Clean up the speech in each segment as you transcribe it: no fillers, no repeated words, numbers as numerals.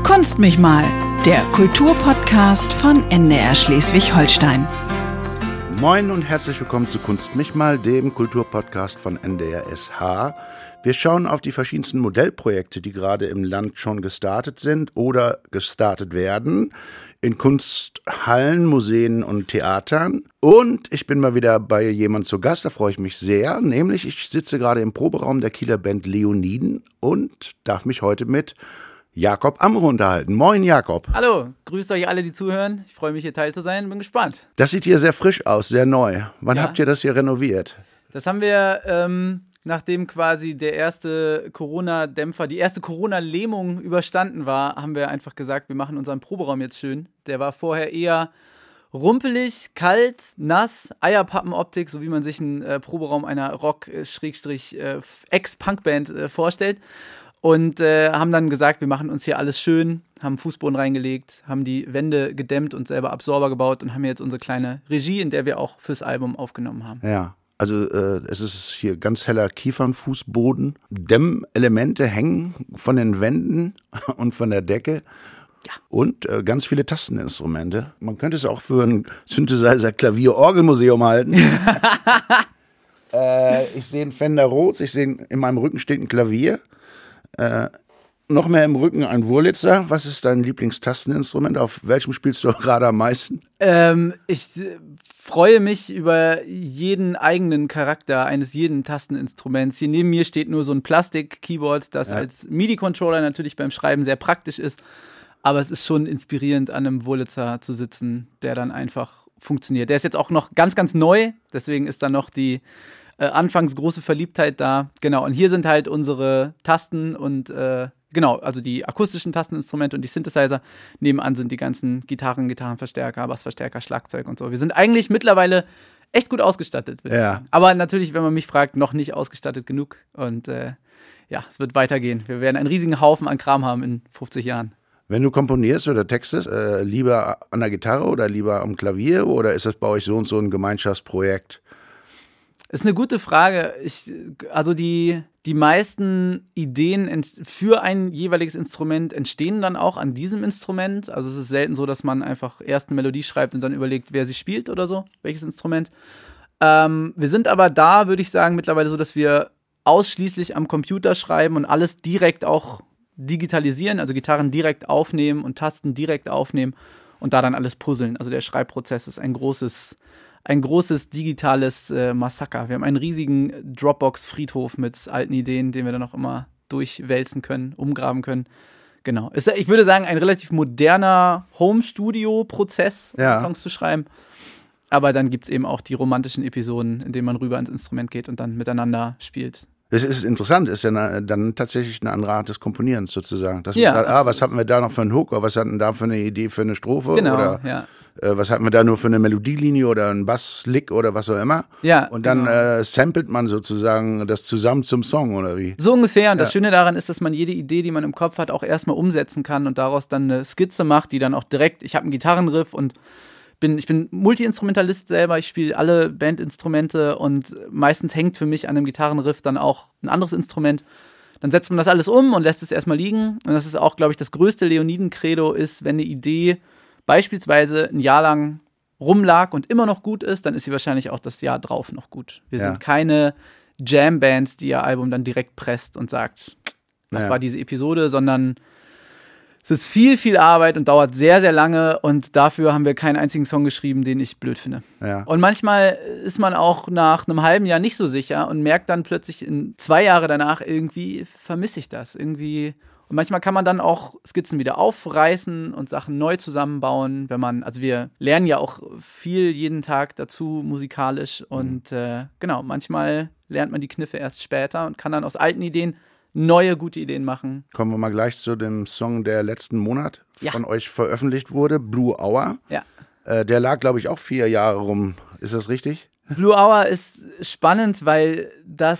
Kunst mich mal, der Kulturpodcast von NDR Schleswig-Holstein. Moin und herzlich willkommen zu Kunst mich mal, dem Kulturpodcast von NDR SH. Wir schauen auf die verschiedensten Modellprojekte, die gerade im Land schon gestartet sind oder gestartet werden, in Kunsthallen, Museen und Theatern. Und ich bin mal wieder bei jemand zu Gast, da freue ich mich sehr, nämlich ich sitze gerade im Proberaum der Kieler Band Leoniden und darf mich heute mit Jakob Amro unterhalten. Moin Jakob. Hallo, grüßt euch alle, die zuhören. Ich freue mich, hier teil zu sein, bin gespannt. Das sieht hier sehr frisch aus, sehr neu. Wann habt ihr das hier renoviert? Das haben wir, nachdem quasi der erste Corona-Dämpfer, die erste Corona-Lähmung überstanden war, haben wir einfach gesagt, wir machen unseren Proberaum jetzt schön. Der war vorher eher rumpelig, kalt, nass, Eierpappenoptik, so wie man sich einen Proberaum einer Rock-Ex-Punkband vorstellt. Und haben dann gesagt, wir machen uns hier alles schön, haben Fußboden reingelegt, haben die Wände gedämmt und selber Absorber gebaut und haben jetzt unsere kleine Regie, in der wir auch fürs Album aufgenommen haben. Ja, also es ist hier ganz heller Kiefernfußboden. Dämmelemente hängen von den Wänden und von der Decke. Ja. Und ganz viele Tasteninstrumente. Man könnte es auch für ein Synthesizer-Klavier-Orgelmuseum halten. Ich sehe ein Fender Rhodes, ich sehe in meinem Rücken steht ein Klavier. Noch mehr im Rücken ein Wurlitzer. Was ist dein Lieblingstasteninstrument? Auf welchem spielst du gerade am meisten? Ich freue mich über jeden eigenen Charakter eines jeden Tasteninstruments. Hier neben mir steht nur so ein Plastik-Keyboard, das als MIDI-Controller natürlich beim Schreiben sehr praktisch ist. Aber es ist schon inspirierend, an einem Wurlitzer zu sitzen, der dann einfach funktioniert. Der ist jetzt auch noch ganz, ganz neu. Deswegen ist da noch die anfangs große Verliebtheit da. Genau, und hier sind halt unsere Tasten und also die akustischen Tasteninstrumente und die Synthesizer. Nebenan sind die ganzen Gitarren, Gitarrenverstärker, Bassverstärker, Schlagzeug und so. Wir sind eigentlich mittlerweile echt gut ausgestattet, würde ich sagen. Aber natürlich, wenn man mich fragt, noch nicht ausgestattet genug. Und es wird weitergehen. Wir werden einen riesigen Haufen an Kram haben in 50 Jahren. Wenn du komponierst oder textest, lieber an der Gitarre oder lieber am Klavier oder ist das bei euch so und so ein Gemeinschaftsprojekt? Ist eine gute Frage. Die meisten Ideen für ein jeweiliges Instrument entstehen dann auch an diesem Instrument. Also es ist selten so, dass man einfach erst eine Melodie schreibt und dann überlegt, wer sie spielt oder so, welches Instrument. Wir sind aber da, würde ich sagen, mittlerweile so, dass wir ausschließlich am Computer schreiben und alles direkt auch digitalisieren, also Gitarren direkt aufnehmen und Tasten direkt aufnehmen und da dann alles puzzeln. Also der Schreibprozess ist ein großes digitales Massaker. Wir haben einen riesigen Dropbox-Friedhof mit alten Ideen, den wir dann auch immer durchwälzen können, umgraben können. Genau. Ich würde sagen, ein relativ moderner Home-Studio-Prozess, um Songs zu schreiben. Aber dann gibt es eben auch die romantischen Episoden, in denen man rüber ins Instrument geht und dann miteinander spielt. Es ist interessant, ist ja dann tatsächlich eine andere Art des Komponierens sozusagen. Dass man sagt, was hatten wir da noch für einen Hook oder was hatten wir da für eine Idee für eine Strophe? Genau, oder was hatten wir da nur für eine Melodielinie oder einen Basslick oder was auch immer? Ja, und dann samplet man sozusagen das zusammen zum Song oder wie? So ungefähr. Und das Schöne daran ist, dass man jede Idee, die man im Kopf hat, auch erstmal umsetzen kann und daraus dann eine Skizze macht, die dann auch direkt, ich habe einen Gitarrenriff und ich bin Multi-Instrumentalist selber, ich spiele alle Bandinstrumente und meistens hängt für mich an dem Gitarrenriff dann auch ein anderes Instrument. Dann setzt man das alles um und lässt es erstmal liegen. Und das ist auch, glaube ich, das größte Leoniden-Credo ist, wenn eine Idee beispielsweise ein Jahr lang rumlag und immer noch gut ist, dann ist sie wahrscheinlich auch das Jahr drauf noch gut. Wir sind keine Jam-Band, die ihr Album dann direkt presst und sagt, das war diese Episode, sondern es ist viel, viel Arbeit und dauert sehr, sehr lange und dafür haben wir keinen einzigen Song geschrieben, den ich blöd finde. Ja. Und manchmal ist man auch nach einem halben Jahr nicht so sicher und merkt dann plötzlich in 2 Jahre danach, irgendwie vermisse ich das. Und manchmal kann man dann auch Skizzen wieder aufreißen und Sachen neu zusammenbauen, wir lernen ja auch viel jeden Tag dazu musikalisch und manchmal lernt man die Kniffe erst später und kann dann aus alten Ideen neue, gute Ideen machen. Kommen wir mal gleich zu dem Song, der letzten Monat von euch veröffentlicht wurde, Blue Hour. Ja. Der lag, glaube ich, auch 4 Jahre rum. Ist das richtig? Blue Hour ist spannend, weil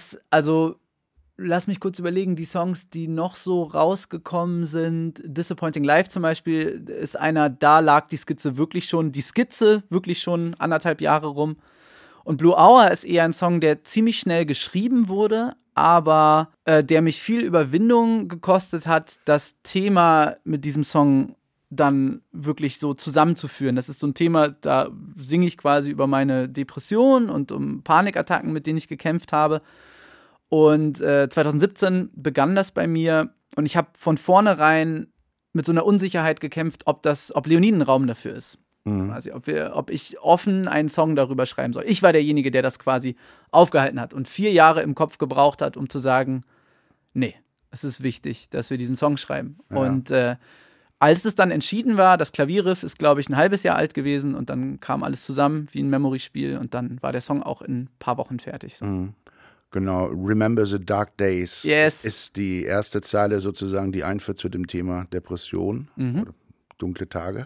lass mich kurz überlegen, die Songs, die noch so rausgekommen sind, Disappointing Life zum Beispiel, ist einer, da lag die Skizze wirklich schon 1,5 Jahre rum. Und Blue Hour ist eher ein Song, der ziemlich schnell geschrieben wurde, aber der mich viel Überwindung gekostet hat, das Thema mit diesem Song dann wirklich so zusammenzuführen. Das ist so ein Thema, da singe ich quasi über meine Depression und um Panikattacken, mit denen ich gekämpft habe. Und 2017 begann das bei mir und ich habe von vornherein mit so einer Unsicherheit gekämpft, ob Leoniden ein Raum dafür ist. Also ob ich offen einen Song darüber schreiben soll. Ich war derjenige, der das quasi aufgehalten hat und 4 Jahre im Kopf gebraucht hat, um zu sagen, nee, es ist wichtig, dass wir diesen Song schreiben. Ja. Und als es dann entschieden war, das Klavierriff ist, glaube ich, ein halbes Jahr alt gewesen und dann kam alles zusammen wie ein Memory-Spiel und dann war der Song auch in ein paar Wochen fertig. So. Genau, Remember the Dark Days yes. ist die erste Zeile sozusagen, die einführt zu dem Thema Depression oder dunkle Tage.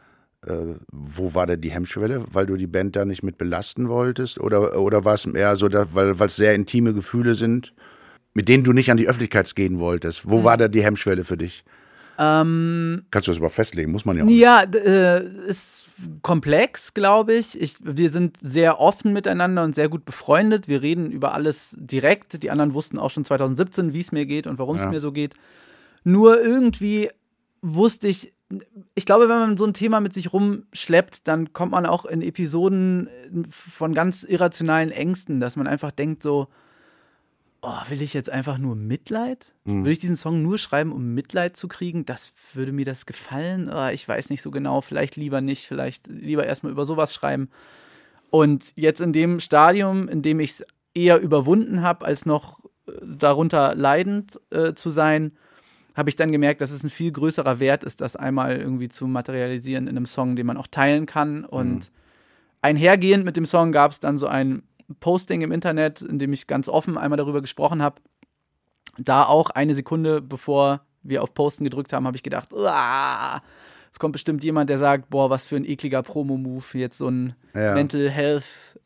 Wo war denn die Hemmschwelle? Weil du die Band da nicht mit belasten wolltest? Oder war es eher so, weil es sehr intime Gefühle sind, mit denen du nicht an die Öffentlichkeit gehen wolltest? Wo war da die Hemmschwelle für dich? Kannst du das überhaupt festlegen? Muss man ja auch. Ja, ist komplex, glaube ich. Wir sind sehr offen miteinander und sehr gut befreundet. Wir reden über alles direkt. Die anderen wussten auch schon 2017, wie es mir geht und warum es mir so geht. Nur irgendwie wusste ich glaube, wenn man so ein Thema mit sich rumschleppt, dann kommt man auch in Episoden von ganz irrationalen Ängsten, dass man einfach denkt so, will ich jetzt einfach nur Mitleid? Will ich diesen Song nur schreiben, um Mitleid zu kriegen? Würde mir das gefallen? Ich weiß nicht so genau, vielleicht lieber nicht, vielleicht lieber erstmal über sowas schreiben. Und jetzt in dem Stadium, in dem ich es eher überwunden habe, als noch darunter leidend zu sein, habe ich dann gemerkt, dass es ein viel größerer Wert ist, das einmal irgendwie zu materialisieren in einem Song, den man auch teilen kann. Und einhergehend mit dem Song gab es dann so ein Posting im Internet, in dem ich ganz offen einmal darüber gesprochen habe. Da auch eine Sekunde, bevor wir auf Posten gedrückt haben, habe ich gedacht, es kommt bestimmt jemand, der sagt, boah, was für ein ekliger Promo-Move, jetzt so ein Mental Health,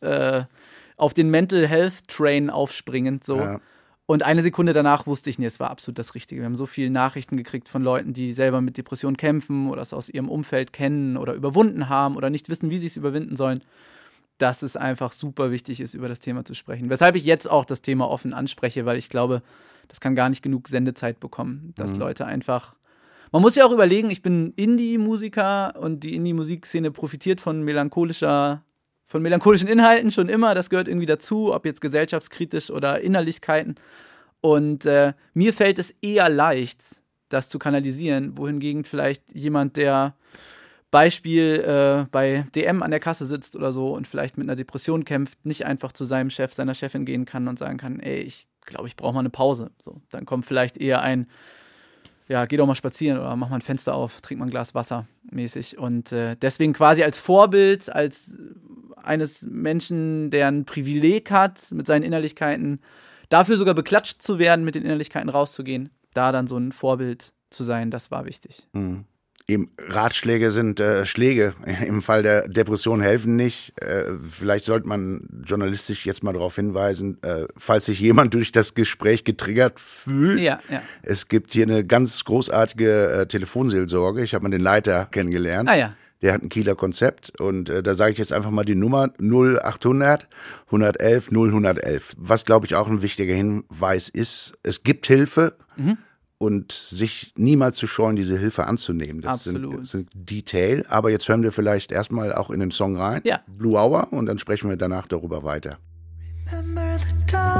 auf den Mental Health Train aufspringend, so. Ja. Und eine Sekunde danach wusste ich, nee, es war absolut das Richtige. Wir haben so viele Nachrichten gekriegt von Leuten, die selber mit Depressionen kämpfen oder es aus ihrem Umfeld kennen oder überwunden haben oder nicht wissen, wie sie es überwinden sollen, dass es einfach super wichtig ist, über das Thema zu sprechen. Weshalb ich jetzt auch das Thema offen anspreche, weil ich glaube, das kann gar nicht genug Sendezeit bekommen, dass Leute einfach. Man muss ja auch überlegen, ich bin Indie-Musiker und die Indie-Musikszene profitiert von melancholischen Inhalten schon immer, das gehört irgendwie dazu, ob jetzt gesellschaftskritisch oder Innerlichkeiten. Und mir fällt es eher leicht, das zu kanalisieren, wohingegen vielleicht jemand, der Beispiel bei DM an der Kasse sitzt oder so und vielleicht mit einer Depression kämpft, nicht einfach zu seinem Chef, seiner Chefin gehen kann und sagen kann, ey, ich glaube, ich brauche mal eine Pause. So, dann kommt vielleicht eher ein, ja, geh doch mal spazieren oder mach mal ein Fenster auf, trink mal ein Glas Wasser mäßig. Und deswegen quasi als Vorbild, als eines Menschen, der ein Privileg hat mit seinen Innerlichkeiten, dafür sogar beklatscht zu werden, mit den Innerlichkeiten rauszugehen, da dann so ein Vorbild zu sein, das war wichtig. Eben, Ratschläge sind Schläge. Im Fall der Depression helfen nicht. Vielleicht sollte man journalistisch jetzt mal darauf hinweisen, falls sich jemand durch das Gespräch getriggert fühlt. Ja. Es gibt hier eine ganz großartige Telefonseelsorge. Ich habe mal den Leiter kennengelernt. Der hat ein Kieler Konzept und da sage ich jetzt einfach mal die Nummer 0800 111 0111. Was, glaube ich, auch ein wichtiger Hinweis ist, es gibt Hilfe. Und sich niemals zu scheuen, diese Hilfe anzunehmen. Das sind Detail. Aber jetzt hören wir vielleicht erstmal auch in den Song rein. Ja. Blue Hour. Und dann sprechen wir danach darüber weiter. Remember the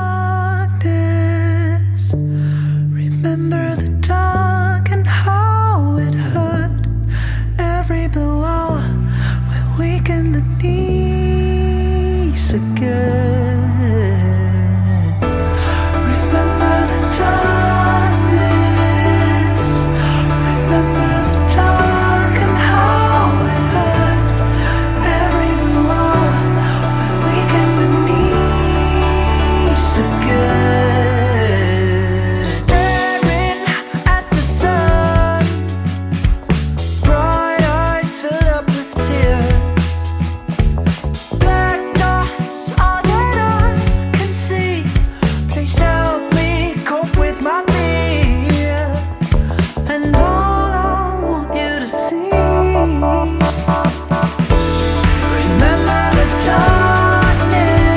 darkness. Remember the dark and how it hurt. Every blue hour will weaken the knees again. Remember the dark. Remember the darkness.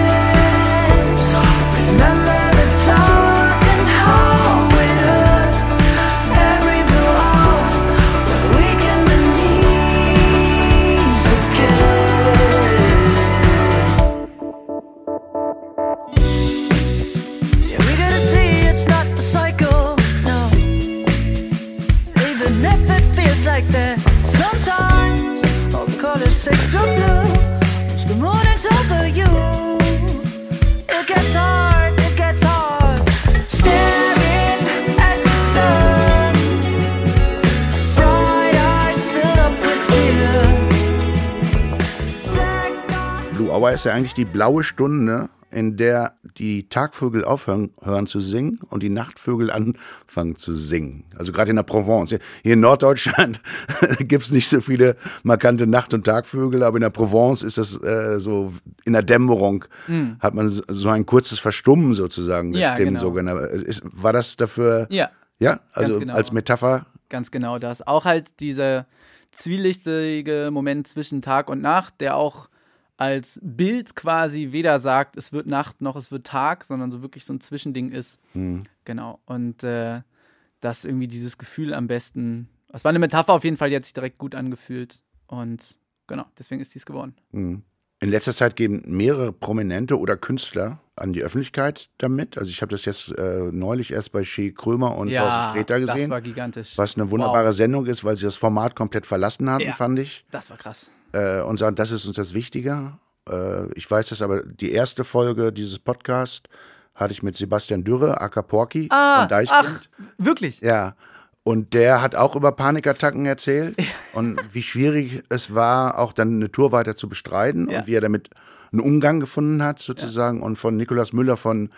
Trauer ist ja eigentlich die blaue Stunde, in der die Tagvögel hören zu singen und die Nachtvögel anfangen zu singen. Also gerade in der Provence. Hier in Norddeutschland gibt es nicht so viele markante Nacht- und Tagvögel, aber in der Provence ist das so in der Dämmerung hat man so ein kurzes Verstummen sozusagen mit dem genau. sogenannten. War das dafür? Ja. Ja, also genau. als Metapher? Ganz genau das. Auch halt dieser zwielichtige Moment zwischen Tag und Nacht, der auch als Bild quasi weder sagt, es wird Nacht noch es wird Tag, sondern so wirklich so ein Zwischending ist. Genau. Und das irgendwie dieses Gefühl am besten. Es war eine Metapher auf jeden Fall, die hat sich direkt gut angefühlt. Und genau, deswegen ist dies geworden. In letzter Zeit gehen mehrere Prominente oder Künstler an die Öffentlichkeit damit. Also ich habe das jetzt neulich erst bei Shea Krömer und Thorsten Sträter gesehen. Das war gigantisch. Was eine wunderbare Sendung ist, weil sie das Format komplett verlassen hatten, fand ich. Das war krass. Und sagen, das ist uns das Wichtige. Ich weiß das aber, die erste Folge dieses Podcasts hatte ich mit Sebastian Dürre, aka Porky von Deichkind. Wirklich? Ja. Und der hat auch über Panikattacken erzählt und wie schwierig es war, auch dann eine Tour weiter zu bestreiten und wie er damit einen Umgang gefunden hat, sozusagen. Und von Nikolaus Müller von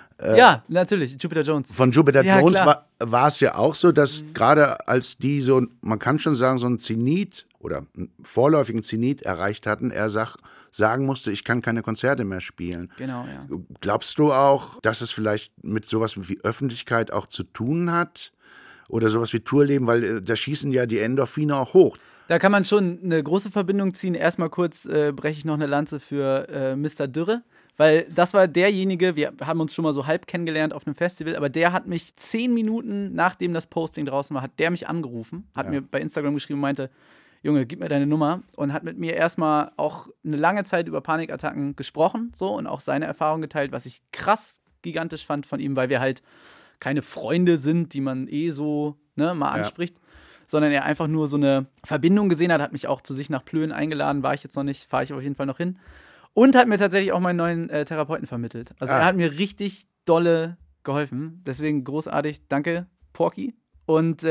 ja, natürlich, Jupiter Jones. Von Jupiter Jones klar. war es ja auch so, dass gerade als die so, man kann schon sagen, so einen Zenit oder einen vorläufigen Zenit erreicht hatten, er sagen musste, ich kann keine Konzerte mehr spielen. Genau, ja. Glaubst du auch, dass es vielleicht mit sowas wie Öffentlichkeit auch zu tun hat? Oder sowas wie Tourleben, weil da schießen ja die Endorphine auch hoch. Da kann man schon eine große Verbindung ziehen. Erstmal kurz breche ich noch eine Lanze für Mr. Dürre, weil das war derjenige, wir haben uns schon mal so halb kennengelernt auf einem Festival, aber der hat mich 10 Minuten, nachdem das Posting draußen war, hat der mich angerufen, hat mir bei Instagram geschrieben und meinte, Junge, gib mir deine Nummer, und hat mit mir erstmal auch eine lange Zeit über Panikattacken gesprochen so und auch seine Erfahrung geteilt, was ich krass gigantisch fand von ihm, weil wir halt keine Freunde sind, die man so mal anspricht, sondern er einfach nur so eine Verbindung gesehen hat mich auch zu sich nach Plön eingeladen, war ich jetzt noch nicht, fahre ich auf jeden Fall noch hin. Und hat mir tatsächlich auch meinen neuen Therapeuten vermittelt. Also er hat mir richtig dolle geholfen. Deswegen großartig, danke, Porky. Und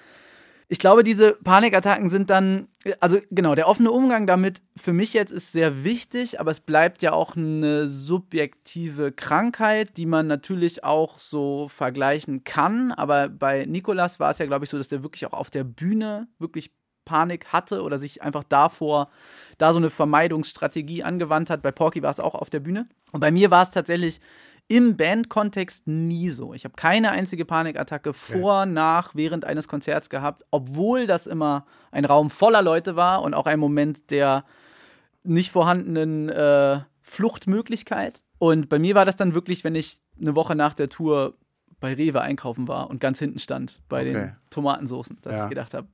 ich glaube, diese Panikattacken sind dann, also genau, der offene Umgang damit für mich jetzt ist sehr wichtig, aber es bleibt ja auch eine subjektive Krankheit, die man natürlich auch so vergleichen kann. Aber bei Nicolas war es ja, glaube ich, so, dass der wirklich auch auf der Bühne wirklich Panik hatte oder sich einfach davor da so eine Vermeidungsstrategie angewandt hat. Bei Porky war es auch auf der Bühne. Und bei mir war es tatsächlich im Bandkontext nie so. Ich habe keine einzige Panikattacke vor, nach, während eines Konzerts gehabt, obwohl das immer ein Raum voller Leute war und auch ein Moment der nicht vorhandenen Fluchtmöglichkeit. Und bei mir war das dann wirklich, wenn ich eine Woche nach der Tour bei Rewe einkaufen war und ganz hinten stand bei den Tomatensoßen, dass ich gedacht habe,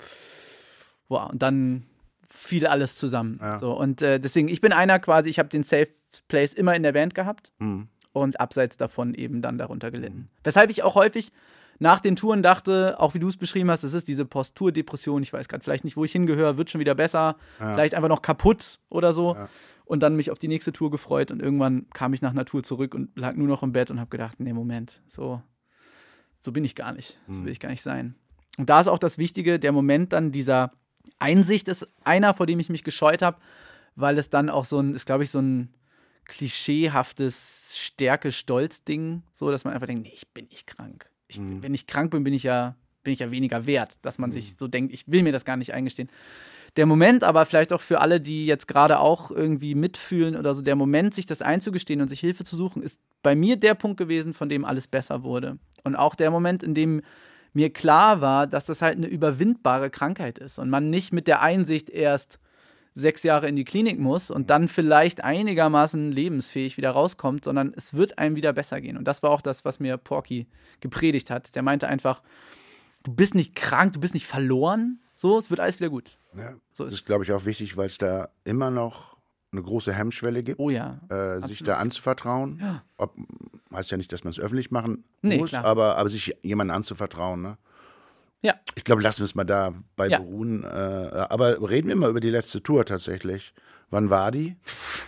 wow, und dann fiel alles zusammen. Ja. So, und deswegen, ich bin einer quasi, ich habe den Safe Place immer in der Band gehabt und abseits davon eben dann darunter gelitten. Weshalb ich auch häufig nach den Touren dachte, auch wie du es beschrieben hast, es ist diese Post-Tour-Depression, ich weiß gerade vielleicht nicht, wo ich hingehöre, wird schon wieder besser, vielleicht einfach noch kaputt oder so. Ja. Und dann mich auf die nächste Tour gefreut und irgendwann kam ich nach einer Tour zurück und lag nur noch im Bett und habe gedacht, nee, Moment, so bin ich gar nicht, so will ich gar nicht sein. Und da ist auch das Wichtige, der Moment dann dieser Einsicht ist einer, vor dem ich mich gescheut habe, weil es dann auch so ein klischeehaftes Stärke-Stolz-Ding, so, dass man einfach denkt, nee, ich bin nicht krank. Wenn ich krank bin, bin ich ja weniger wert, dass man sich so denkt, ich will mir das gar nicht eingestehen. Der Moment aber vielleicht auch für alle, die jetzt gerade auch irgendwie mitfühlen oder so, der Moment, sich das einzugestehen und sich Hilfe zu suchen, ist bei mir der Punkt gewesen, von dem alles besser wurde. Und auch der Moment, in dem mir klar war, dass das halt eine überwindbare Krankheit ist und man nicht mit der Einsicht erst 6 Jahre in die Klinik muss und dann vielleicht einigermaßen lebensfähig wieder rauskommt, sondern es wird einem wieder besser gehen. Und das war auch das, was mir Porky gepredigt hat. Der meinte einfach, du bist nicht krank, du bist nicht verloren, so, es wird alles wieder gut. Ja, so das ist, glaube ich, auch wichtig, weil es da immer noch eine große Hemmschwelle gibt, sich da anzuvertrauen. Ja. Heißt ja nicht, dass man es öffentlich machen muss, aber sich jemandem anzuvertrauen. Ne? Ja. Ich glaube, lassen wir es mal dabei beruhen. Aber reden wir mal über die letzte Tour tatsächlich. Wann war die?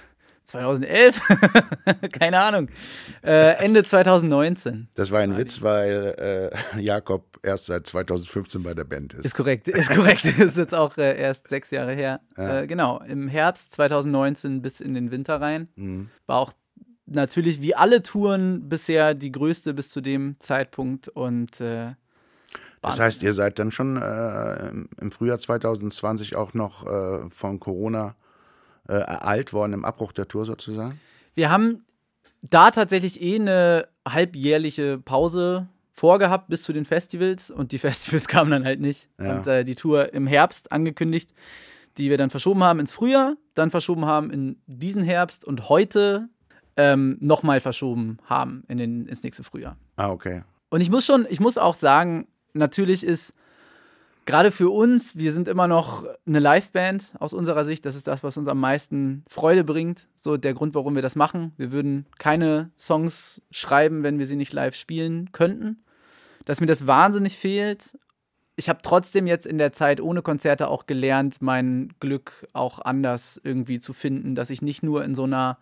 2011? Keine Ahnung. Ende 2019. Das war ein Witz, weil Jakob erst seit 2015 bei der Band ist. Ist korrekt. Ist jetzt auch erst 6 Jahre her. Ja. Genau, im Herbst 2019 bis in den Winter rein. Mhm. War auch natürlich wie alle Touren bisher die größte bis zu dem Zeitpunkt. Und das heißt, ihr seid dann schon im Frühjahr 2020 auch noch von Corona ereilt worden, im Abbruch der Tour sozusagen? wir haben da tatsächlich eine halbjährliche Pause vorgehabt bis zu den Festivals und die Festivals kamen dann halt nicht. Ja. Und die Tour im Herbst angekündigt, die wir dann verschoben haben ins Frühjahr, dann verschoben haben in diesen Herbst und heute nochmal verschoben haben ins nächste Frühjahr. Ah, okay. Und ich muss auch sagen, natürlich ist gerade für uns, wir sind immer noch eine Liveband aus unserer Sicht. Das ist das, was uns am meisten Freude bringt. So der Grund, warum wir das machen. Wir würden keine Songs schreiben, wenn wir sie nicht live spielen könnten. Dass mir das wahnsinnig fehlt. Ich habe trotzdem jetzt in der Zeit ohne Konzerte auch gelernt, mein Glück auch anders irgendwie zu finden. Dass ich nicht nur in so einer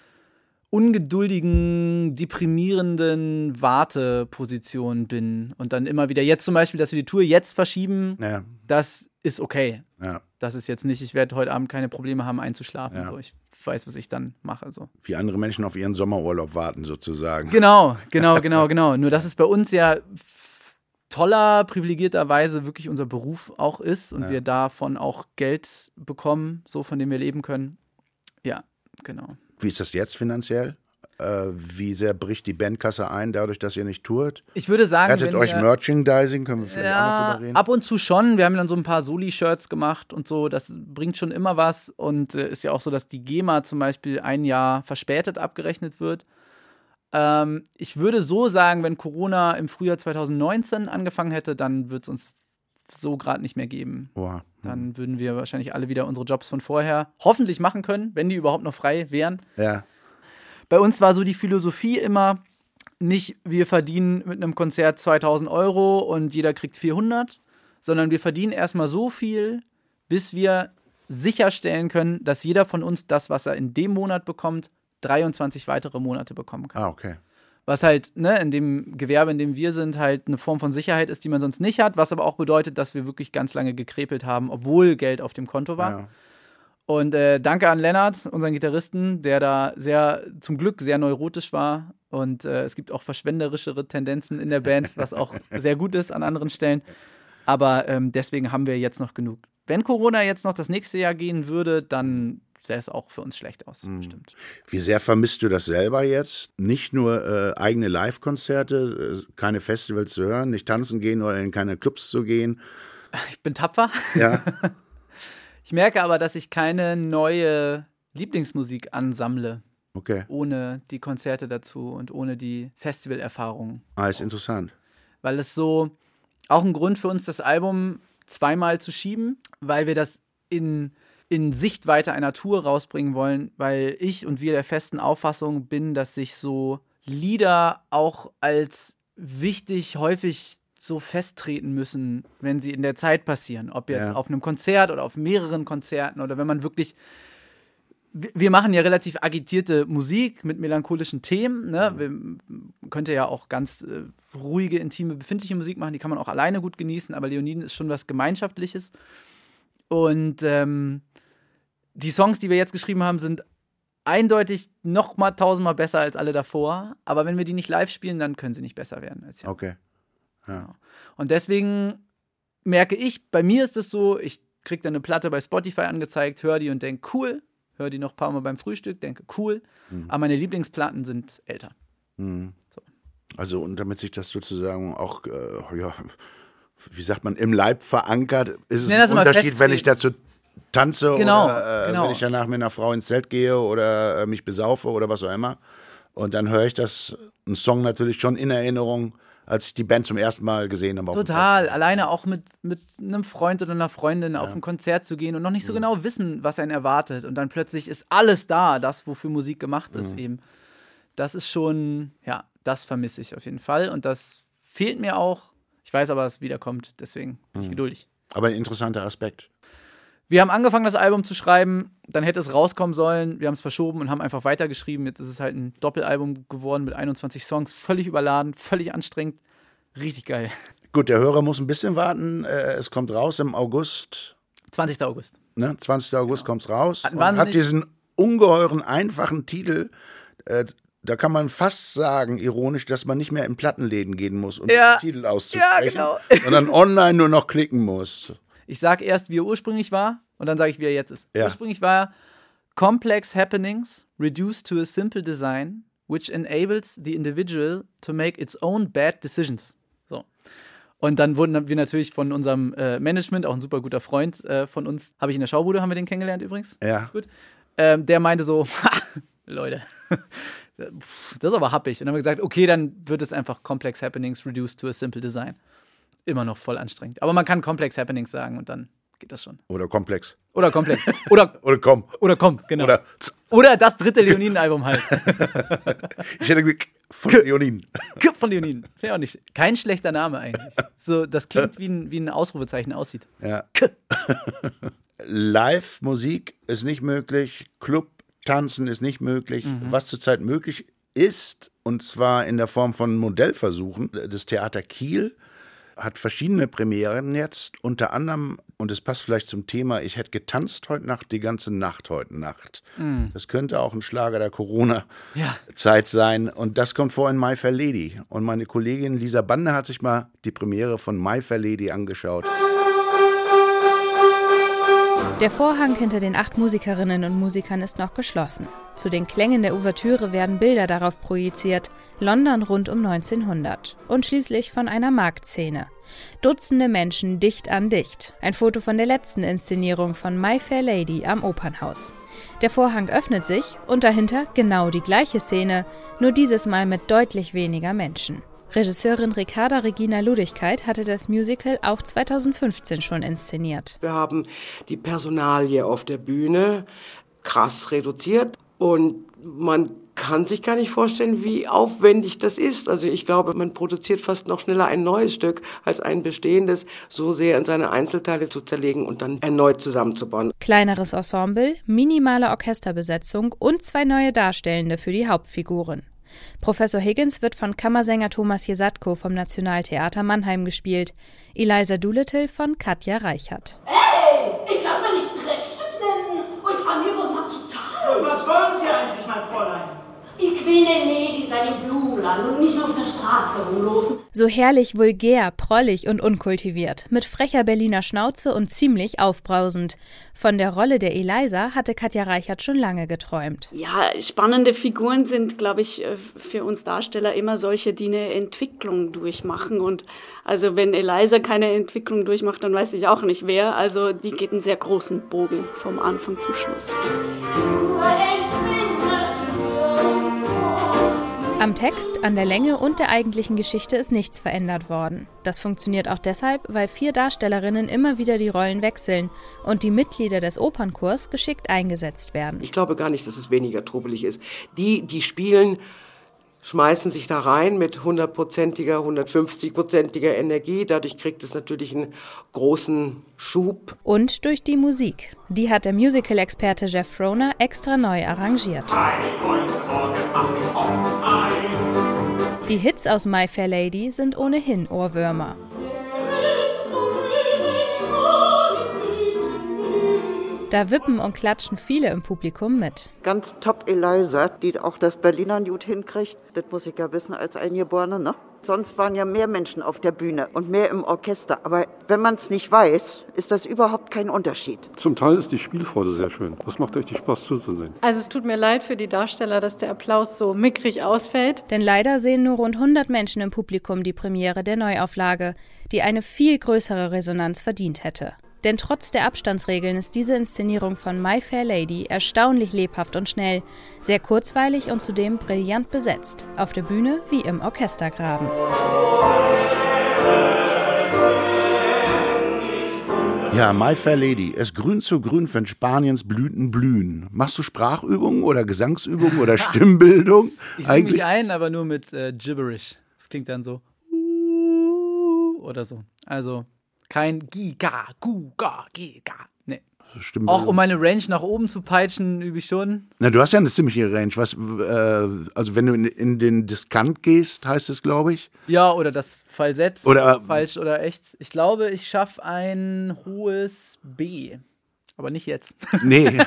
ungeduldigen, deprimierenden Warteposition bin und dann immer wieder, jetzt zum Beispiel, dass wir die Tour jetzt verschieben, Ja. das ist okay. Ja. Das ist jetzt nicht, ich werde heute Abend keine Probleme haben einzuschlafen. Ja. So. Ich weiß, was ich dann mache. So. Wie andere Menschen auf ihren Sommerurlaub warten sozusagen. Genau. Nur, dass es bei uns ja toller, privilegierterweise wirklich unser Beruf auch ist und wir davon auch Geld bekommen, so von dem wir leben können. Ja, genau. Wie ist das jetzt finanziell? Wie sehr bricht die Bandkasse ein, dadurch, dass ihr nicht tourt? Ich würde sagen, Rettet euch Merchandising? Können wir vielleicht auch noch drüber reden? Ab und zu schon. Wir haben dann so ein paar Soli-Shirts gemacht und so. Das bringt schon immer was. Und ist ja auch so, dass die GEMA zum Beispiel ein Jahr verspätet abgerechnet wird. Ich würde so sagen, wenn Corona im Frühjahr 2019 angefangen hätte, dann würde es uns so gerade nicht mehr geben. Oha. Dann würden wir wahrscheinlich alle wieder unsere Jobs von vorher hoffentlich machen können, wenn die überhaupt noch frei wären. Ja. Bei uns war so die Philosophie immer, nicht wir verdienen mit einem Konzert 2.000 € und jeder kriegt 400, sondern wir verdienen erstmal so viel, bis wir sicherstellen können, dass jeder von uns das, was er in dem Monat bekommt, 23 weitere Monate bekommen kann. Ah, okay. Was halt in dem Gewerbe, in dem wir sind, halt eine Form von Sicherheit ist, die man sonst nicht hat, was aber auch bedeutet, dass wir wirklich ganz lange gekrepelt haben, obwohl Geld auf dem Konto war. Ja. Und danke an Lennart, unseren Gitarristen, der da zum Glück sehr neurotisch war. Und es gibt auch verschwenderischere Tendenzen in der Band, was auch sehr gut ist an anderen Stellen. Aber deswegen haben wir jetzt noch genug. Wenn Corona jetzt noch das nächste Jahr gehen würde, dann sähe es auch für uns schlecht aus, bestimmt. Wie sehr vermisst du das selber jetzt? Nicht nur eigene Live-Konzerte, keine Festivals zu hören, nicht tanzen gehen oder in keine Clubs zu gehen. Ich bin tapfer. Ja. Ich merke aber, dass ich keine neue Lieblingsmusik ansammle, Okay. ohne die Konzerte dazu und ohne die Festivalerfahrung. Ah, ist interessant. Weil es so auch ein Grund für uns, das Album zweimal zu schieben, weil wir das in Sichtweite einer Tour rausbringen wollen, weil ich und wir der festen Auffassung bin, dass sich so Lieder auch als wichtig häufig so festtreten müssen, wenn sie in der Zeit passieren. Ob jetzt auf einem Konzert oder auf mehreren Konzerten oder wenn man wirklich. Wir machen ja relativ agitierte Musik mit melancholischen Themen. Ne? Man könnte ja auch ganz ruhige, intime, befindliche Musik machen, die kann man auch alleine gut genießen, aber Leoniden ist schon was Gemeinschaftliches. Und die Songs, die wir jetzt geschrieben haben, sind eindeutig noch mal 1000-mal besser als alle davor. Aber wenn wir die nicht live spielen, dann können sie nicht besser werden als jetzt. Okay. Ja. Und deswegen merke ich, bei mir ist es so, ich kriege dann eine Platte bei Spotify angezeigt, höre die und denke, cool. Höre die noch ein paar Mal beim Frühstück, denke, cool. Aber meine Lieblingsplatten sind älter. Mhm. So. Also, und damit sich das sozusagen auch, wie sagt man, im Leib verankert, ist es ein Unterschied, wenn ich dazu tanze oder wenn ich danach mit einer Frau ins Zelt gehe oder mich besaufe oder was auch immer. Und dann höre ich einen Song natürlich schon in Erinnerung, als ich die Band zum ersten Mal gesehen habe. Total. Alleine auch mit einem Freund oder einer Freundin auf ein Konzert zu gehen und noch nicht so genau wissen, was einen erwartet. Und dann plötzlich ist alles da, das, wofür Musik gemacht ist eben. Das ist schon, das vermisse ich auf jeden Fall. Und das fehlt mir auch. Ich weiß aber, dass es wiederkommt. Deswegen bin ich geduldig. Aber ein interessanter Aspekt. Wir haben angefangen, das Album zu schreiben, dann hätte es rauskommen sollen. Wir haben es verschoben und haben einfach weitergeschrieben. Jetzt ist es halt ein Doppelalbum geworden mit 21 Songs. Völlig überladen, völlig anstrengend. Richtig geil. Gut, der Hörer muss ein bisschen warten. Es kommt raus im August. 20. August. Ne? 20. August kommt es raus. Und Wahnsinnig. hat diesen ungeheuren, einfachen Titel. Da kann man fast sagen, ironisch, dass man nicht mehr in Plattenläden gehen muss, um den Titel auszusprechen, sondern online nur noch klicken muss. Ich sage erst, wie er ursprünglich war und dann sage ich, wie er jetzt ist. Ja. Ursprünglich war er Complex Happenings reduced to a simple design, which enables the individual to make its own bad decisions. So. Und dann wurden wir natürlich von unserem Management, auch ein super guter Freund von uns, habe ich in der Schaubude, haben wir den kennengelernt übrigens. Ja. Gut. Der meinte so, Leute, das ist aber happig. Und dann haben wir gesagt, okay, dann wird es einfach Complex Happenings reduced to a simple design. Immer noch voll anstrengend. Aber man kann Complex Happenings sagen und dann geht das schon. Oder komplex. Oder komplex. Oder komm. Oder komm, genau. Oder das dritte Leoniden-Album halt. Ich hätte gesagt, von Leoniden. Von Leoniden. Wäre auch nicht. Kein schlechter Name eigentlich. So, das klingt wie ein Ausrufezeichen aussieht. Ja. Live-Musik ist nicht möglich. Club-Tanzen ist nicht möglich. Was zurzeit möglich ist, und zwar in der Form von Modellversuchen, das Theater Kiel hat verschiedene Premieren jetzt, unter anderem, und es passt vielleicht zum Thema, ich hätte getanzt heute Nacht, die ganze Nacht heute Nacht. Das könnte auch ein Schlager der Corona-Zeit sein. Und das kommt vor in My Fair Lady. Und meine Kollegin Lisa Bande hat sich mal die Premiere von My Fair Lady angeschaut. Der Vorhang hinter den 8 Musikerinnen und Musikern ist noch geschlossen. Zu den Klängen der Ouvertüre werden Bilder darauf projiziert. London rund um 1900. Und schließlich von einer Marktszene. Dutzende Menschen dicht an dicht. Ein Foto von der letzten Inszenierung von My Fair Lady am Opernhaus. Der Vorhang öffnet sich und dahinter genau die gleiche Szene, nur dieses Mal mit deutlich weniger Menschen. Regisseurin Ricarda Regina Ludigkeit hatte das Musical auch 2015 schon inszeniert. Wir haben die Personalie auf der Bühne krass reduziert und man kann sich gar nicht vorstellen, wie aufwendig das ist. Also ich glaube, man produziert fast noch schneller ein neues Stück als ein bestehendes, so sehr in seine Einzelteile zu zerlegen und dann erneut zusammenzubauen. Kleineres Ensemble, minimale Orchesterbesetzung und 2 neue Darstellende für die Hauptfiguren. Professor Higgins wird von Kammersänger Thomas Jesatko vom Nationaltheater Mannheim gespielt, Eliza Doolittle von Katja Reichert. Hey, ich lass mich nicht Dreckstück nennen und Angebot mal zu zahlen. Was wollen Sie eigentlich, mein Fräulein? Ich will eine Lady sein im Blumenland und nicht nur auf der Straße rumlaufen. So herrlich vulgär, prollig und unkultiviert, mit frecher Berliner Schnauze und ziemlich aufbrausend. Von der Rolle der Eliza hatte Katja Reichert schon lange geträumt. Ja, spannende Figuren sind, glaube ich, für uns Darsteller immer solche, die eine Entwicklung durchmachen. Und also wenn Eliza keine Entwicklung durchmacht, dann weiß ich auch nicht wer. Also die geht einen sehr großen Bogen vom Anfang zum Schluss. Am Text, an der Länge und der eigentlichen Geschichte ist nichts verändert worden. Das funktioniert auch deshalb, weil 4 Darstellerinnen immer wieder die Rollen wechseln und die Mitglieder des Opernchors geschickt eingesetzt werden. Ich glaube gar nicht, dass es weniger trubelig ist. Die spielen, schmeißen sich da rein mit 100%iger, 150%iger Energie. Dadurch kriegt es natürlich einen großen Schub. Und durch die Musik. Die hat der Musical-Experte Jeff Froner extra neu arrangiert. Die Hits aus My Fair Lady sind ohnehin Ohrwürmer. Da wippen und klatschen viele im Publikum mit. Ganz top Eliza, die auch das Berliner Lied hinkriegt. Das muss ich ja wissen als Eingeborene, ne? Sonst waren ja mehr Menschen auf der Bühne und mehr im Orchester. Aber wenn man es nicht weiß, ist das überhaupt kein Unterschied. Zum Teil ist die Spielfreude sehr schön. Das macht richtig Spaß zuzusehen. Also es tut mir leid für die Darsteller, dass der Applaus so mickrig ausfällt. Denn leider sehen nur rund 100 Menschen im Publikum die Premiere der Neuauflage, die eine viel größere Resonanz verdient hätte. Denn trotz der Abstandsregeln ist diese Inszenierung von My Fair Lady erstaunlich lebhaft und schnell, sehr kurzweilig und zudem brillant besetzt, auf der Bühne wie im Orchestergraben. Ja, My Fair Lady, es grün zu grün, wenn Spaniens Blüten blühen. Machst du Sprachübungen oder Gesangsübungen oder Stimmbildung? Ich singe mich ein, aber nur mit Gibberish. Das klingt dann so oder so. Also kein Giga, Guga, Giga. Nee. Stimmt. Auch um meine Range nach oben zu peitschen, übe ich schon. Na, du hast ja eine ziemliche Range. Also wenn du in den Diskant gehst, heißt es, glaube ich. Ja, oder das Falsett. Oder falsch oder echt. Ich glaube, ich schaffe ein hohes B. Aber nicht jetzt. Nee.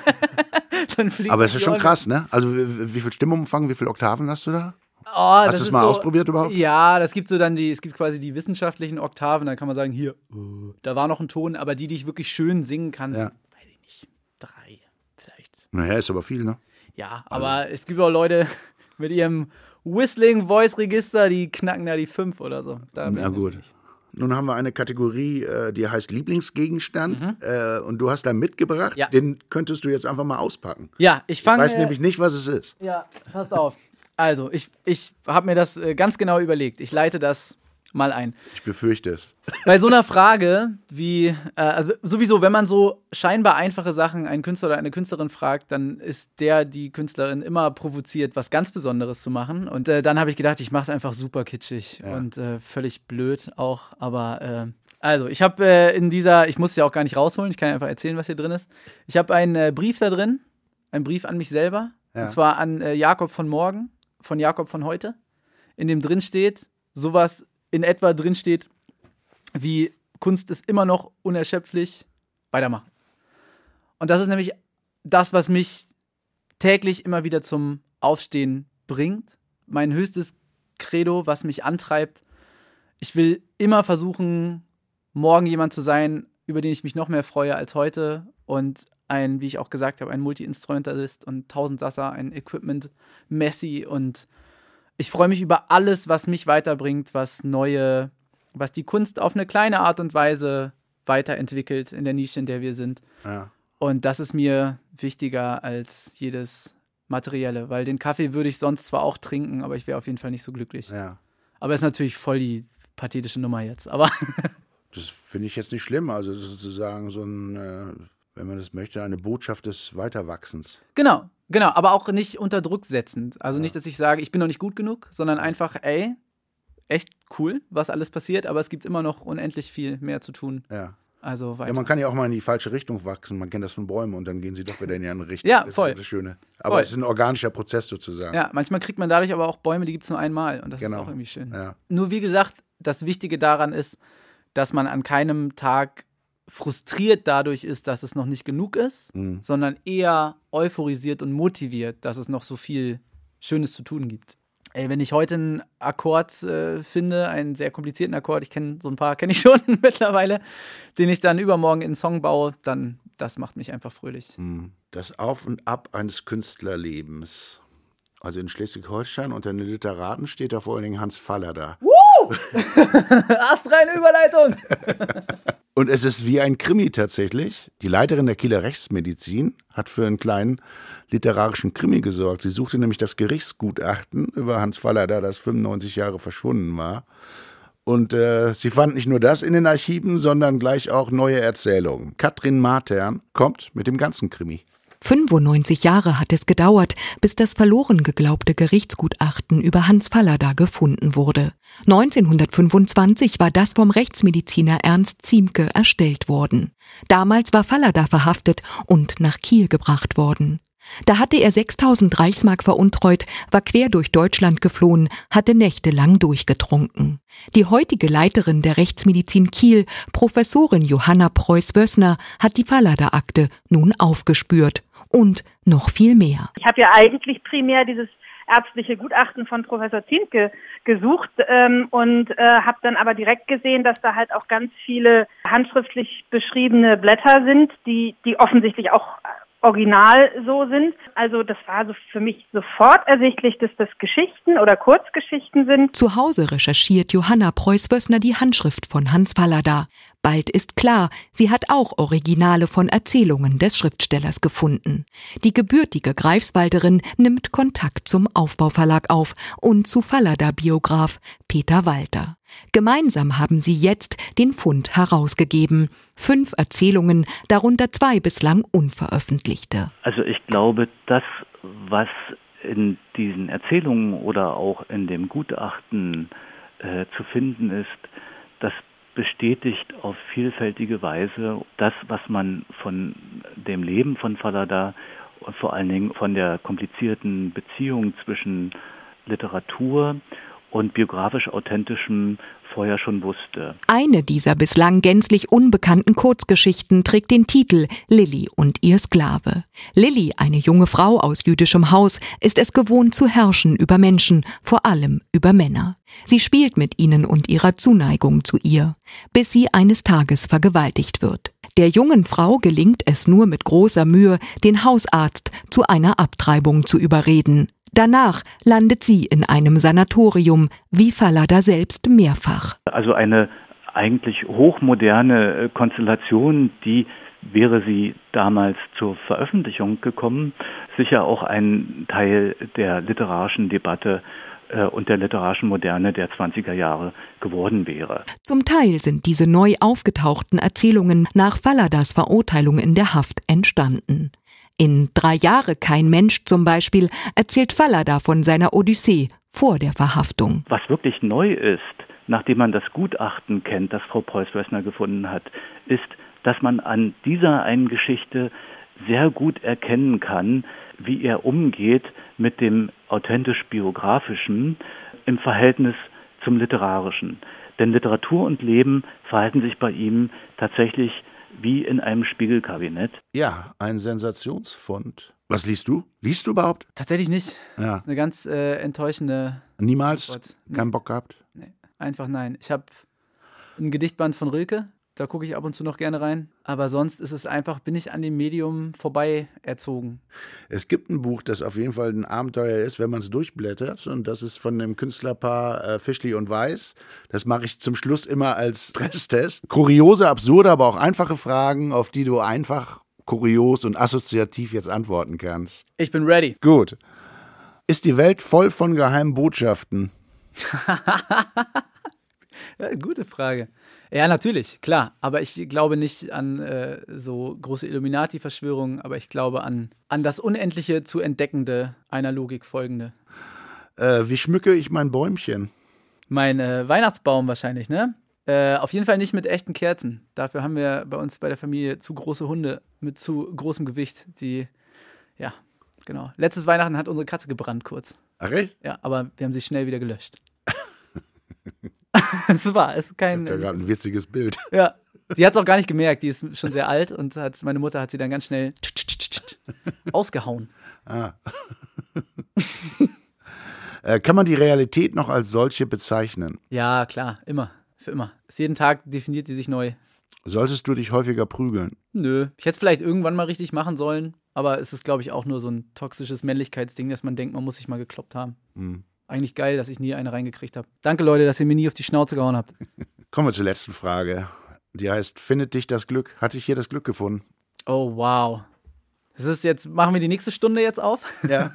Aber es ist schon krass, ne? Also wie viel Stimmumfang, wie viele Oktaven hast du da? Oh, hast du es mal ausprobiert überhaupt? Ja, das gibt so dann es gibt quasi die wissenschaftlichen Oktaven, dann kann man sagen, hier, da war noch ein Ton, aber die ich wirklich schön singen kann, sind, weiß ich nicht, 3 vielleicht. Naja, ist aber viel, ne? Ja, aber es gibt auch Leute mit ihrem Whistling-Voice-Register, die knacken da die 5 oder so. Na gut. Nun haben wir eine Kategorie, die heißt Lieblingsgegenstand. Und du hast da mitgebracht. Ja. Den könntest du jetzt einfach mal auspacken. Ja, ich weiß nämlich nicht, was es ist. Ja, passt auf. Also, ich habe mir das ganz genau überlegt. Ich leite das mal ein. Ich befürchte es. Bei so einer Frage wie, also sowieso, wenn man so scheinbar einfache Sachen einen Künstler oder eine Künstlerin fragt, dann ist die Künstlerin immer provoziert, was ganz Besonderes zu machen. Und dann habe ich gedacht, ich mache es einfach super kitschig und völlig blöd auch. Aber also, ich habe ich muss es ja auch gar nicht rausholen, ich kann einfach erzählen, was hier drin ist. Ich habe einen Brief da drin, einen Brief an mich selber, und zwar an Jakob von morgen, von Jakob von heute, in dem drin steht, sowas in etwa drin steht, wie Kunst ist immer noch unerschöpflich, weitermachen. Und das ist nämlich das, was mich täglich immer wieder zum Aufstehen bringt. Mein höchstes Credo, was mich antreibt. Ich will immer versuchen, morgen jemand zu sein, über den ich mich noch mehr freue als heute. Und wie ich auch gesagt habe, ein Multi-Instrumentalist und Tausendsasser, ein Equipment-Messi. Und ich freue mich über alles, was mich weiterbringt, was die Kunst auf eine kleine Art und Weise weiterentwickelt in der Nische, in der wir sind. Ja. Und das ist mir wichtiger als jedes Materielle, weil den Kaffee würde ich sonst zwar auch trinken, aber ich wäre auf jeden Fall nicht so glücklich. Ja. Aber ist natürlich voll die pathetische Nummer jetzt. Aber das finde ich jetzt nicht schlimm. Also sozusagen so wenn man das möchte, eine Botschaft des Weiterwachsens. Genau, aber auch nicht unter Druck setzend. Also nicht, dass ich sage, ich bin noch nicht gut genug, sondern einfach, echt cool, was alles passiert, aber es gibt immer noch unendlich viel mehr zu tun. Ja. Also weiter. Ja, man kann ja auch mal in die falsche Richtung wachsen. Man kennt das von Bäumen und dann gehen sie doch wieder in die andere Richtung. Ja, das voll. ist das Schöne. Aber es ist ein organischer Prozess sozusagen. Ja, manchmal kriegt man dadurch aber auch Bäume, die gibt es nur einmal und das ist auch irgendwie schön. Ja. Nur wie gesagt, das Wichtige daran ist, dass man an keinem Tag frustriert dadurch ist, dass es noch nicht genug ist, sondern eher euphorisiert und motiviert, dass es noch so viel Schönes zu tun gibt. Wenn ich heute einen Akkord finde, einen sehr komplizierten Akkord, so ein paar kenne ich schon mittlerweile, den ich dann übermorgen in einen Song baue, dann das macht mich einfach fröhlich. Das Auf und Ab eines Künstlerlebens. Also in Schleswig-Holstein unter den Literaten steht da vor allen Dingen Hans Fallada. Astreine Überleitung! Und es ist wie ein Krimi tatsächlich. Die Leiterin der Kieler Rechtsmedizin hat für einen kleinen literarischen Krimi gesorgt. Sie suchte nämlich das Gerichtsgutachten über Hans Fallada, das 95 Jahre verschwunden war. Und sie fand nicht nur das in den Archiven, sondern gleich auch neue Erzählungen. Katrin Matern kommt mit dem ganzen Krimi. 95 Jahre hat es gedauert, bis das verloren geglaubte Gerichtsgutachten über Hans Fallada gefunden wurde. 1925 war das vom Rechtsmediziner Ernst Ziemke erstellt worden. Damals war Fallada verhaftet und nach Kiel gebracht worden. Da hatte er 6.000 Reichsmark veruntreut, war quer durch Deutschland geflohen, hatte nächtelang durchgetrunken. Die heutige Leiterin der Rechtsmedizin Kiel, Professorin Johanna Preuß-Wössner, hat die Fallada-Akte nun aufgespürt. Und noch viel mehr. Ich habe ja eigentlich primär dieses ärztliche Gutachten von Professor Ziemke gesucht und habe dann aber direkt gesehen, dass da halt auch ganz viele handschriftlich beschriebene Blätter sind, die offensichtlich auch original so sind. Also das war so für mich sofort ersichtlich, dass das Geschichten oder Kurzgeschichten sind. Zu Hause recherchiert Johanna Preuß-Wössner die Handschrift von Hans Fallada. Bald ist klar, sie hat auch Originale von Erzählungen des Schriftstellers gefunden. Die gebürtige Greifswalderin nimmt Kontakt zum Aufbauverlag auf und zu Fallada-Biograf Peter Walter. Gemeinsam haben sie jetzt den Fund herausgegeben. 5 Erzählungen, darunter 2 bislang unveröffentlichte. Also ich glaube, das, was in diesen Erzählungen oder auch in dem Gutachten zu finden ist, das bestätigt auf vielfältige Weise das, was man von dem Leben von Fallada und vor allen Dingen von der komplizierten Beziehung zwischen Literatur und biografisch authentischem vorher schon wusste. Eine dieser bislang gänzlich unbekannten Kurzgeschichten trägt den Titel Lilly und ihr Sklave. Lilly, eine junge Frau aus jüdischem Haus, ist es gewohnt zu herrschen über Menschen, vor allem über Männer. Sie spielt mit ihnen und ihrer Zuneigung zu ihr, bis sie eines Tages vergewaltigt wird. Der jungen Frau gelingt es nur mit großer Mühe, den Hausarzt zu einer Abtreibung zu überreden. Danach landet sie in einem Sanatorium, wie Fallada selbst mehrfach. Also eine eigentlich hochmoderne Konstellation, die, wäre sie damals zur Veröffentlichung gekommen, sicher auch ein Teil der literarischen Debatte und der literarischen Moderne der 20er Jahre geworden wäre. Zum Teil sind diese neu aufgetauchten Erzählungen nach Falladas Verurteilung in der Haft entstanden. In 3 Jahre kein Mensch zum Beispiel erzählt Fallada von seiner Odyssee vor der Verhaftung. Was wirklich neu ist, nachdem man das Gutachten kennt, das Frau Preuß-Wössner gefunden hat, ist, dass man an dieser einen Geschichte sehr gut erkennen kann, wie er umgeht mit dem authentisch-biografischen im Verhältnis zum Literarischen. Denn Literatur und Leben verhalten sich bei ihm tatsächlich wie in einem Spiegelkabinett. Ja, ein Sensationsfund. Was liest du? Liest du überhaupt? Tatsächlich nicht. Ja. Das ist eine ganz enttäuschende Niemals? Antwort. Keinen Bock gehabt? Nee, einfach nein. Ich habe ein Gedichtband von Rilke, da gucke ich ab und zu noch gerne rein. Aber sonst ist es einfach, bin ich an dem Medium vorbei erzogen. Es gibt ein Buch, das auf jeden Fall ein Abenteuer ist, wenn man es durchblättert. Und das ist von dem Künstlerpaar Fischli und Weiß. Das mache ich zum Schluss immer als Stresstest. Kuriose, absurde, aber auch einfache Fragen, auf die du einfach kurios und assoziativ jetzt antworten kannst. Ich bin ready. Gut. Ist die Welt voll von geheimen Botschaften? Ja, gute Frage. Ja, natürlich, klar. Aber ich glaube nicht an so große Illuminati-Verschwörungen, aber ich glaube an das Unendliche zu Entdeckende einer Logik folgende. Wie schmücke ich mein Bäumchen? Mein Weihnachtsbaum wahrscheinlich, ne? Auf jeden Fall nicht mit echten Kerzen. Dafür haben wir bei uns bei der Familie zu große Hunde mit zu großem Gewicht, die, ja, genau. Letztes Weihnachten hat unsere Katze gebrannt kurz. Ach echt? Ja, aber wir haben sie schnell wieder gelöscht. Es ist kein. Ich hab da gerade ein witziges Bild. Ja, die hat es auch gar nicht gemerkt. Die ist schon sehr alt und meine Mutter hat sie dann ganz schnell ausgehauen. Ah. Kann man die Realität noch als solche bezeichnen? Ja, klar, immer. Für immer. Jeden Tag definiert sie sich neu. Solltest du dich häufiger prügeln? Nö. Ich hätte es vielleicht irgendwann mal richtig machen sollen, aber es ist, glaube ich, auch nur so ein toxisches Männlichkeitsding, dass man denkt, man muss sich mal gekloppt haben. Hm. Eigentlich geil, dass ich nie eine reingekriegt habe. Danke, Leute, dass ihr mir nie auf die Schnauze gehauen habt. Kommen wir zur letzten Frage. Die heißt, findet dich das Glück? Hat dich hier das Glück gefunden? Oh, wow. Das ist jetzt, machen wir die nächste Stunde jetzt auf? Ja.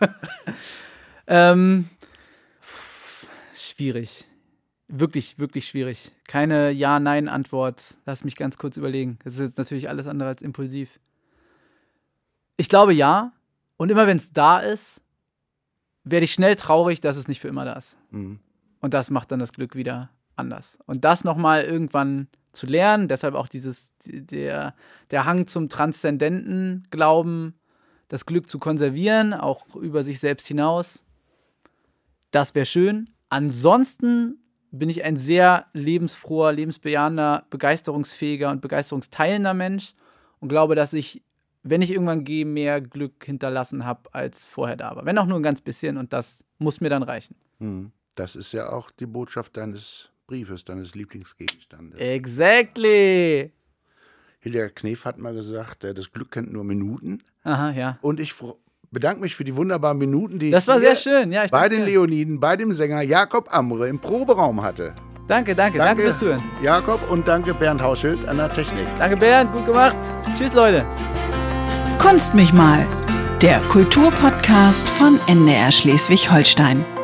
Schwierig. Wirklich, wirklich schwierig. Keine Ja-Nein-Antwort. Lass mich ganz kurz überlegen. Das ist jetzt natürlich alles andere als impulsiv. Ich glaube ja. Und immer wenn es da ist, werde ich schnell traurig, dass es nicht für immer da ist. Mhm. Und das macht dann das Glück wieder anders. Und das nochmal irgendwann zu lernen, deshalb auch der Hang zum transzendenten Glauben, das Glück zu konservieren, auch über sich selbst hinaus, das wäre schön. Ansonsten bin ich ein sehr lebensfroher, lebensbejahender, begeisterungsfähiger und begeisterungsteilender Mensch und glaube, dass ich, wenn ich irgendwann gehe, mehr Glück hinterlassen habe, als vorher da war. Wenn auch nur ein ganz bisschen, und das muss mir dann reichen. Das ist ja auch die Botschaft deines Briefes, deines Lieblingsgegenstandes. Exactly! Hildegard Knef hat mal gesagt, das Glück kennt nur Minuten. Aha, ja. Und ich bedanke mich für die wunderbaren Minuten, die das war sehr schön. Ja, bei den Leoniden, bei dem Sänger Jakob Amre im Proberaum hatte. Danke fürs Zuhören. Jakob, und danke Bernd Hauschild an der Technik. Danke Bernd, gut gemacht. Tschüss Leute. Kunst mich mal, der Kulturpodcast von NDR Schleswig-Holstein.